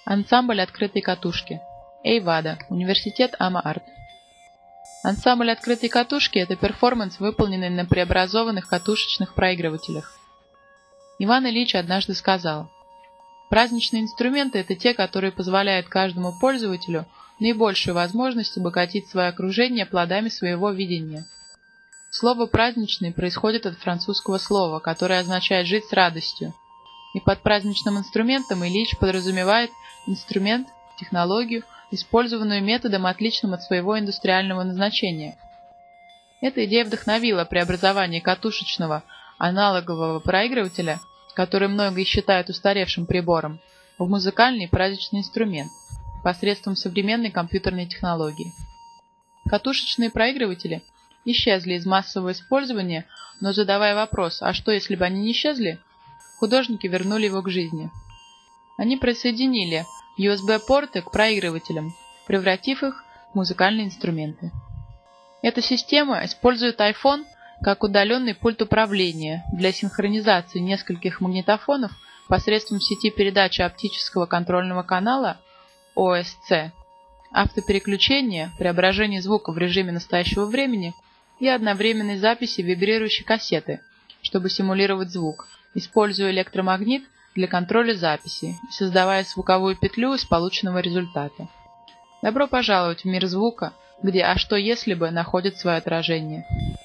Ансамбль открытой катушки. Эйвада. Университет Ама-Арт. Ансамбль открытой катушки – это перформанс, выполненный на преобразованных катушечных проигрывателях. Иван Ильич однажды сказал: «Праздничные инструменты – это те, которые позволяют каждому пользователю наибольшую возможность обогатить свое окружение плодами своего видения». Слово «праздничный» происходит от французского слова, которое означает «жить с радостью». И под праздничным инструментом Ильич подразумевает инструмент, технологию, использованную методом, отличным от своего индустриального назначения. Эта идея вдохновила преобразование катушечного аналогового проигрывателя, который многие считают устаревшим прибором, в музыкальный праздничный инструмент посредством современной компьютерной технологии. Катушечные проигрыватели исчезли из массового использования, но задавая вопрос «а что, если бы они не исчезли?», художники вернули его к жизни. Они присоединили USB-порты к проигрывателям, превратив их в музыкальные инструменты. Эта система использует iPhone как удаленный пульт управления для синхронизации нескольких магнитофонов посредством сети передачи оптического контрольного канала OSC, автопереключения, преображения звука в режиме настоящего времени и одновременной записи вибрирующей кассеты, чтобы симулировать звук, используя электромагнит для контроля записи и создавая звуковую петлю из полученного результата. Добро пожаловать в мир звука, где «а что если бы» находит свое отражение.